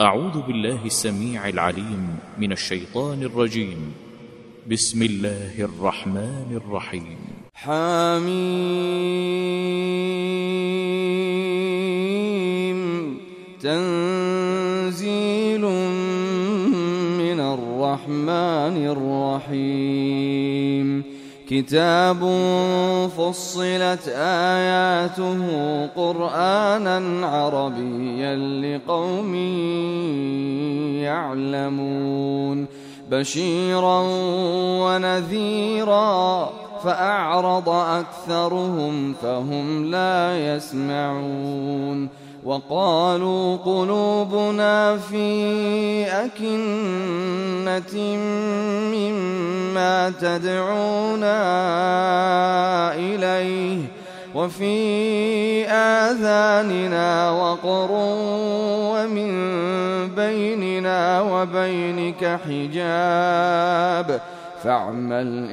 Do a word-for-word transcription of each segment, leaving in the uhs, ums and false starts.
أعوذ بالله السميع العليم من الشيطان الرجيم. بسم الله الرحمن الرحيم. حميم تنزيل من الرحمن الرحيم. كتاب فصلت آياته قرآنا عربيا لقوم يعلمون بشيرا ونذيرا فأعرض أكثرهم فهم لا يسمعون. وقالوا قلوبنا في أكنة مما تدعونا إليه وفي آذاننا وقر ومن بيننا وبينك حجاب فاعمل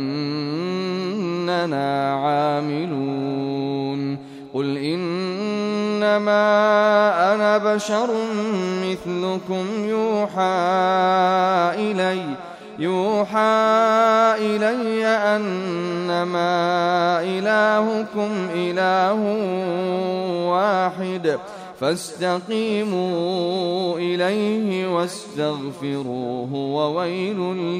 إننا عاملون. قل إنما أنا بشر مثلكم يوحى إلي يوحى إلي أنما إلهكم إله واحد فاستقيموا إليه واستغفروه وويل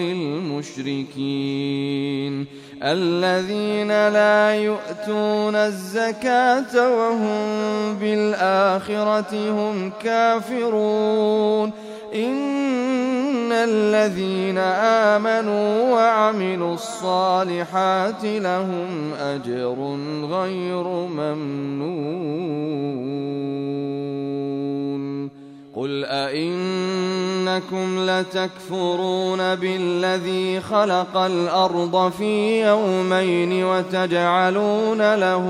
للمشركين الذين لا يؤتون الزكاة وهم بالآخرة هم كافرون. إن الذين آمنوا وعملوا الصالحات لهم أجر غير ممنون. قل أئنكم لتكفرون بالذي خلق الأرض في يومين وتجعلون له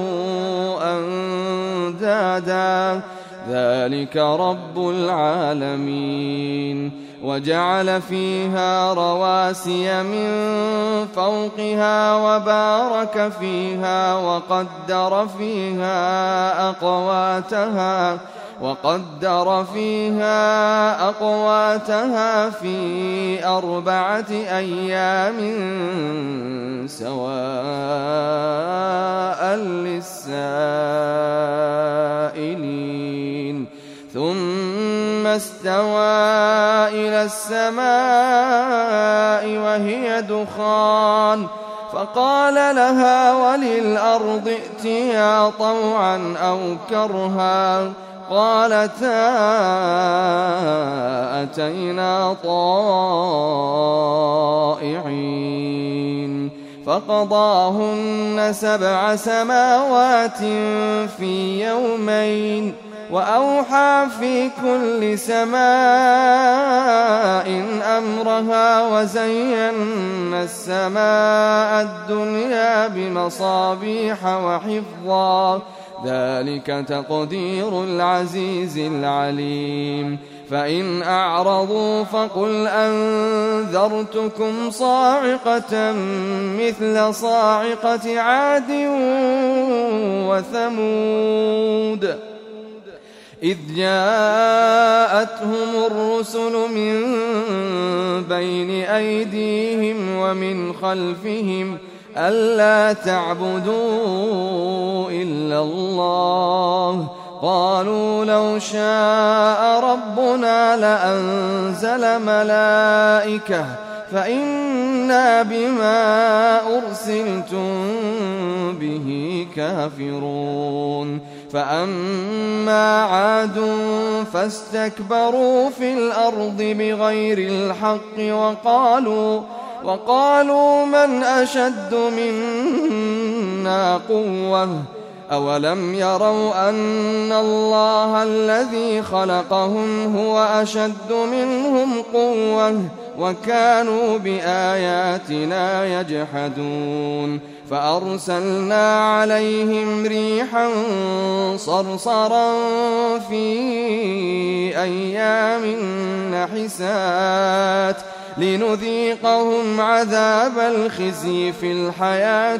أندادا ذلك رب العالمين. وجعل فيها رواسي من فوقها وبارك فيها وقدر فيها أقواتها وقدر فيها أقواتها في أربعة أيام سواء للسائلين. ثم استوى إلى السماء وهي دخان فقال لها وللأرض ائتيا طوعا أو كرها قالتا أتينا طائعين. فقضاهن سبع سماوات في يومين وأوحى في كل سماء أمرها وزينا السماء الدنيا بمصابيح وحفظا ذلك تقدير العزيز العليم. فإن أعرضوا فقل أنذرتكم صاعقة مثل صاعقة عاد وثمود إذ جاءتهم الرسل من بين أيديهم ومن خلفهم ألا تعبدوا إلا الله قالوا لو شاء ربنا لأنزل ملائكة فإنا بما أرسلتم به كافرون. فأما عاد فاستكبروا في الأرض بغير الحق وقالوا وقالوا من أشد منا قوة أولم يروا أن الله الذي خلقهم هو أشد منهم قوة وكانوا بآياتنا يجحدون. فأرسلنا عليهم ريحا صرصرا في أيام نحسات لنذيقهم عذاب الخزي في الحياة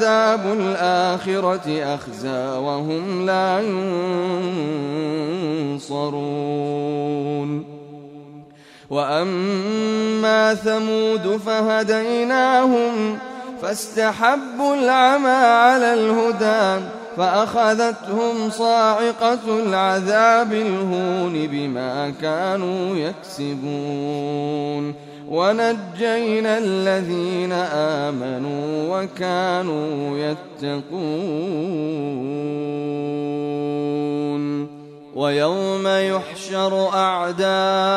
الدنياولعذاب الآخرة أخزى وهم لا ينصرون. ينصرون. وأما ثمود فهديناهم فاستحبوا العمى على الهدى فأخذتهم صاعقة العذاب الهون بما كانوا يكسبون. ونجينا الذين آمنوا وكانوا يتقون. ويوم يحشر أعداء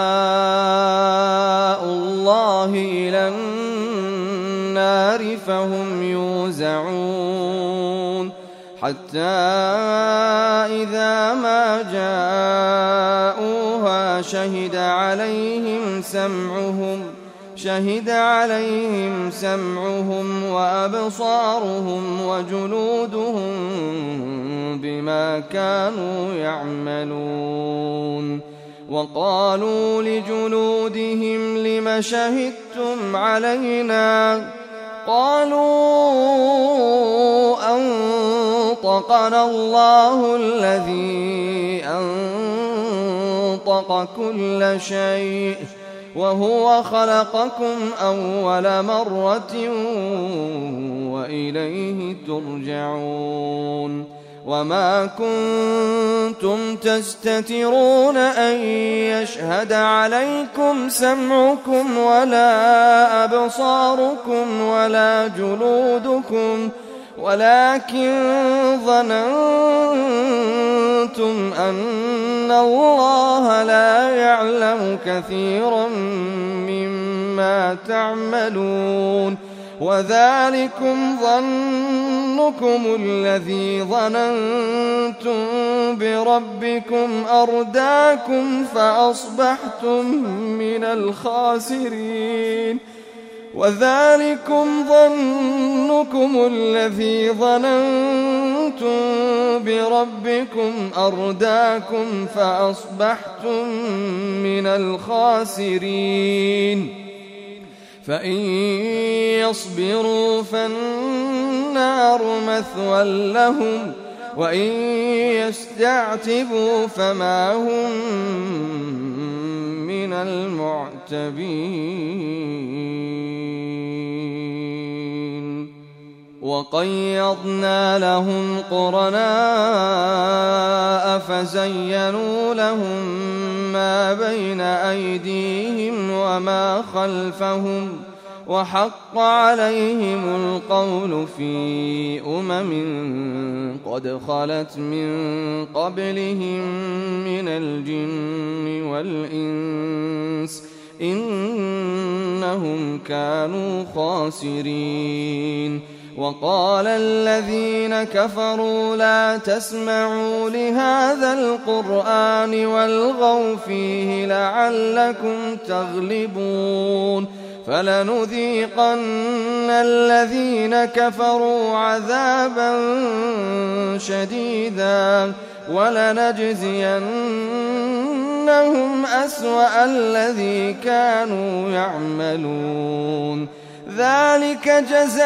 الله إلى النار فهم يوزعون حتى إذا ما جاءوها شهد عليهم سمعهم شهد عليهم سمعهم وأبصارهم وجلودهم بما كانوا يعملون. وقالوا لجلودهم لم شهدتم علينا قالوا أنطقنا الله الذي أنطق كل شيء وهو خلقكم أول مرة وإليه ترجعون. وما كنتم تستترون أن يشهد عليكم سمعكم ولا أبصاركم ولا جلودكم ولكن ظننتم أن الله لا يعلم كثيرا مما تعملون. وذلكم ظنكم الذي ظننتم بربكم أرداكم فأصبحتم من الخاسرين. وذلكم ظنكم الذي ظننتم بربكم أرداكم فأصبحتم من الخاسرين. فإن يصبروا فالنار مثوى لهم وإن يستعتبوا فما هم من المعتبين. وقيضنا لهم قرناء فزينوا لهم ما بين أيديهم وما خلفهم وحق عليهم القول في أمم قد خلت من قبلهم من الجن والإنس إنهم كانوا خاسرين. وقال الذين كفروا لا تسمعوا لهذا القرآن والغوا فيه لعلكم تغلبون. فلنذيقن الذين كفروا عذابا شديدا ولنجزينهم أسوأ الذي كانوا يعملون. ذلك جزاء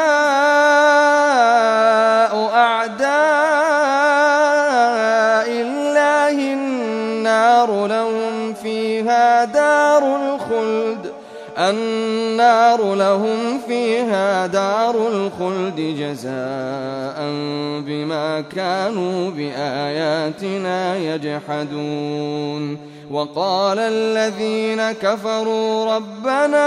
أعداء الله النار لهم فيها دار الخلد النار لهم فيها دار الخلد جزاء بما كانوا بآياتنا يجحدون. وقال الذين كفروا ربنا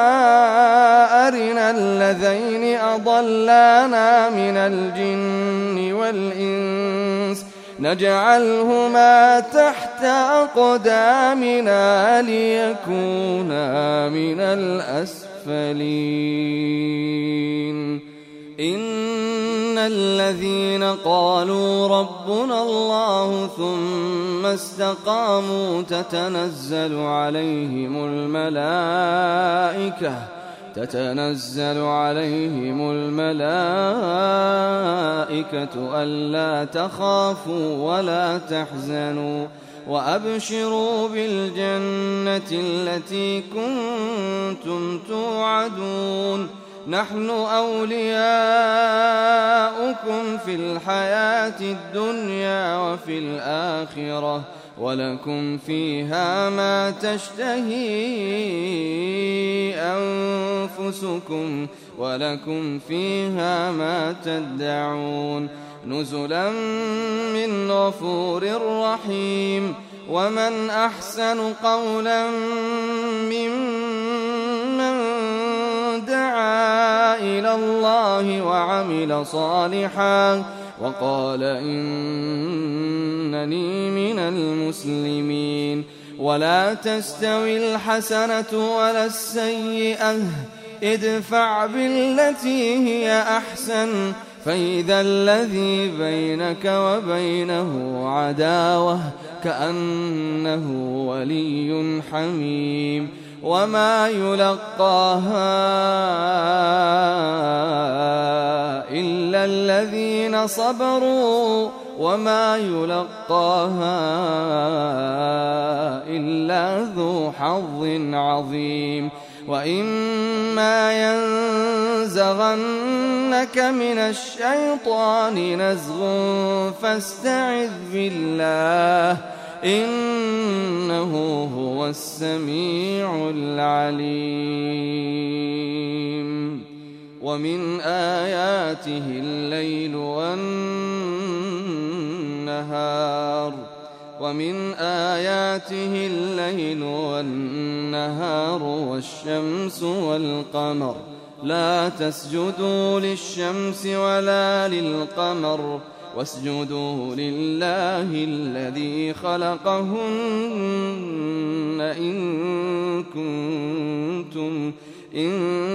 أرنا الذين أضلانا من الجن والإنس نجعلهما تحت أقدامنا ليكونا من الأسفلين. إن الذين قالوا ربنا الله ثم استقاموا تتنزل عليهم الملائكة تتنزل عليهم الملائكة ألا تخافوا ولا تحزنوا وأبشروا بالجنة التي كنتم توعدون. نحن أولياؤكم في الحياة الدنيا وفي الآخرة ولكم فيها ما تشتهي أنفسكم ولكم فيها ما تدعون نزلا من غفور رحيم. ومن أحسن قولا ممن دعا إلى الله وعمل صالحا وقال إنني من المسلمين. ولا تستوي الحسنة ولا السيئة ادفع بالتي هي أحسن فإذا الذي بينك وبينه عداوة كأنه ولي حميم. وما يلقاها إلا الذين صبروا وما يلقاها إلا ذو حظ عظيم. وإما ينزغنك من الشيطان نزغ فاستعذ بالله إنه هو السميع العليم. ومن آياته الليل والنهار ومن آياته الليل والنهار والشمس والقمر لا تسجدوا للشمس ولا للقمر واسجدوا لله الذي خلقهن إن كنتم إن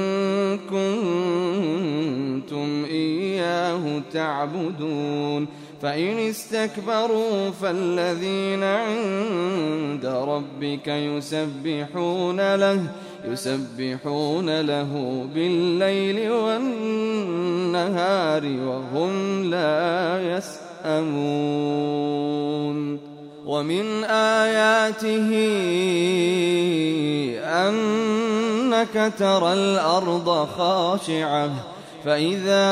كنتم إياه تعبدون. فإن استكبروا فالذين عند ربك يسبحون له يسبحون له بالليل والنهار وهم لا يسأمون. ومن آياته أنك ترى الأرض خاشعة فإذا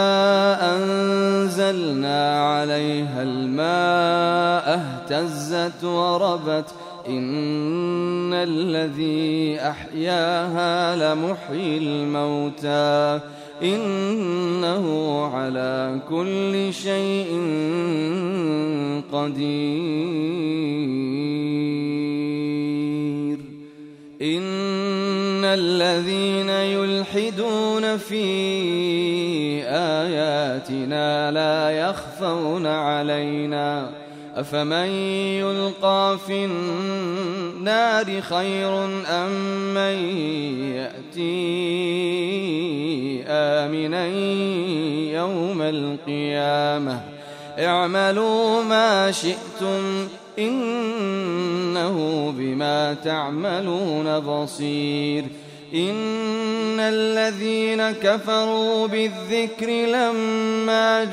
أنزلنا عليها الماء اهتزت وربت إن الذي أحياها لمحيي الموتى إنه على كل شيء قدير. إن الذين يلحدون في آياتنا لا يخفون علينا أفمن يلقى في النار خير أم من يأتي آمنا يوم القيامة اعملوا ما شئتم إنه بما تعملون بصير. إن الذين كفروا بالذكر لما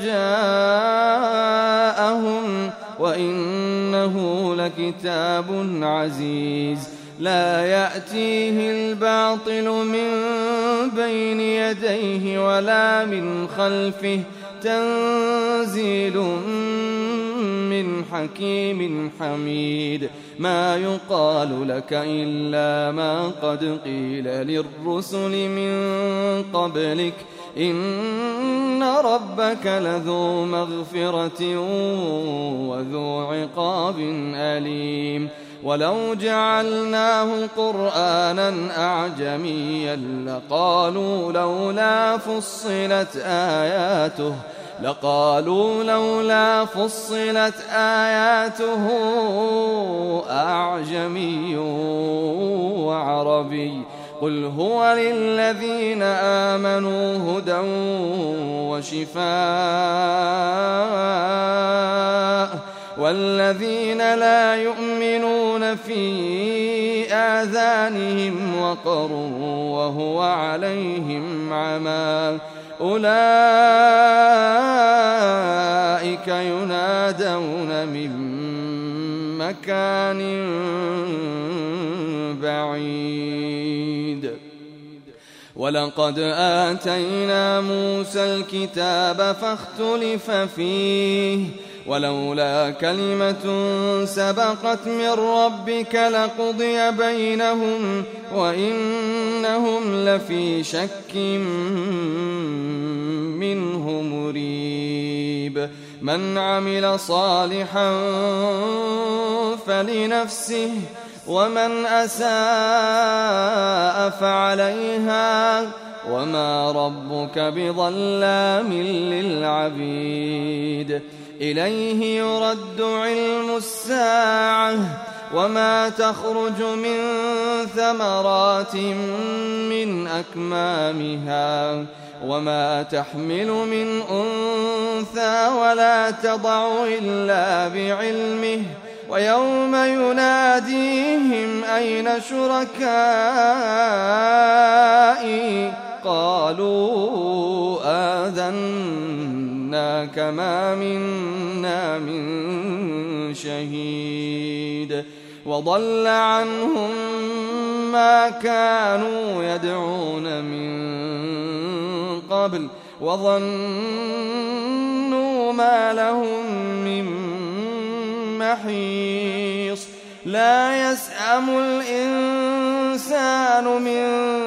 جاءهم وإنه لكتاب عزيز لا يأتيه الباطل من بين يديه ولا من خلفه تنزيل من حكيم حميد. ما يقال لك إلا ما قد قيل للرسل من قبلك إن ربك لذو مغفرة وذو عقاب أليم. ولو جعلناه قرآنا أعجميا لقالوا لولا فصلت آياته لقالوا لولا فصلت آياته أعجمي وعربي قل هو للذين آمنوا هدى وشفاء والذين لا يؤمنون في آذانهم وقر وهو عليهم عمى أولئك ينادون من مكان بعيد. ولقد آتينا موسى الكتاب فاختلف فيه ولولا كلمة سبقت من ربك لقضي بينهم وإنهم لفي شك منه مريب من عمل صالحا فلنفسه ومن أساء فعليها وما ربك بظلام للعبيد إليه يرد علم الساعة وما تخرج من ثمرات من أكمامها وما تحمل من أنثى ولا تضع إلا بعلمه ويوم يناديهم أين شركائي قالوا آذناك ما منا من شهيد وضل عنهم ما كانوا يدعون من قبل وظنوا ما لهم من محيص لا يسأم الإنسان من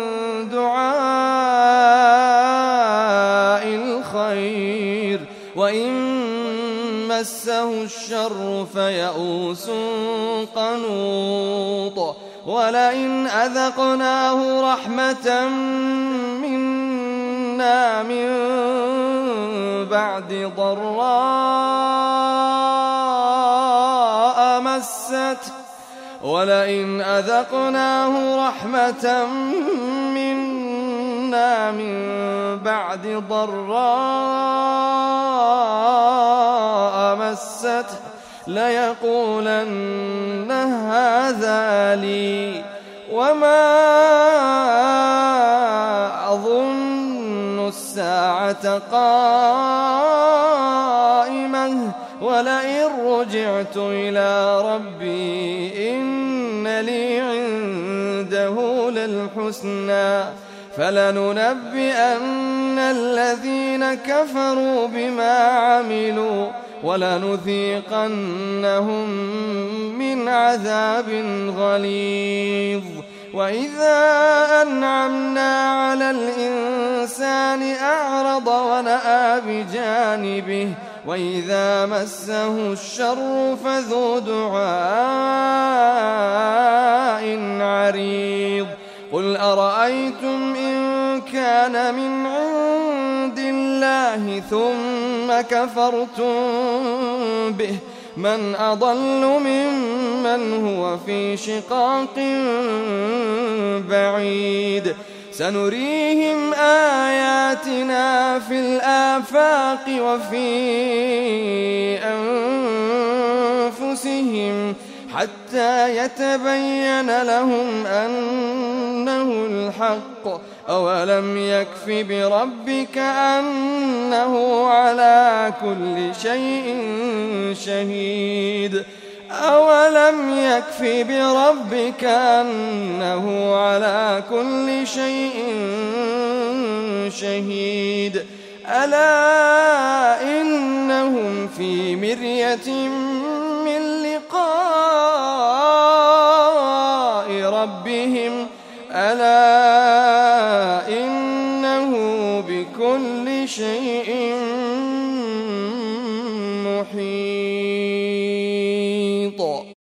دعاء الخير وإن مسه الشر فيئوس قنوط ولئن أذقناه رحمة منا من بعد ضراء مسته ولئن أذقناه رحمة منا من بعد ضراء مسته ليقولن هذا لي وما أظن الساعة قائمة ولئن رجعت إلى ربي إن لي عنده للحسنى فلننبئن الذين كفروا بما عملوا ولنذيقنهم من عذاب غليظ وإذا أنعمنا على الإنسان أعرض ونأى بجانبه وإذا مسه الشر فذو دعاء عريض قل أرأيتم إن كان من عند الله ثم كفرتم به من أضل ممن هو في شقاق بعيد سنريهم آياتنا في الآفاق وفي أنفسهم حتى يتبين لهم أنه الحق أولم يكف بربك أنه على كل شيء شهيد أولم يكف بربك أنه على كل شيء شهيد ألا إنهم في مرية من لقاء ربهم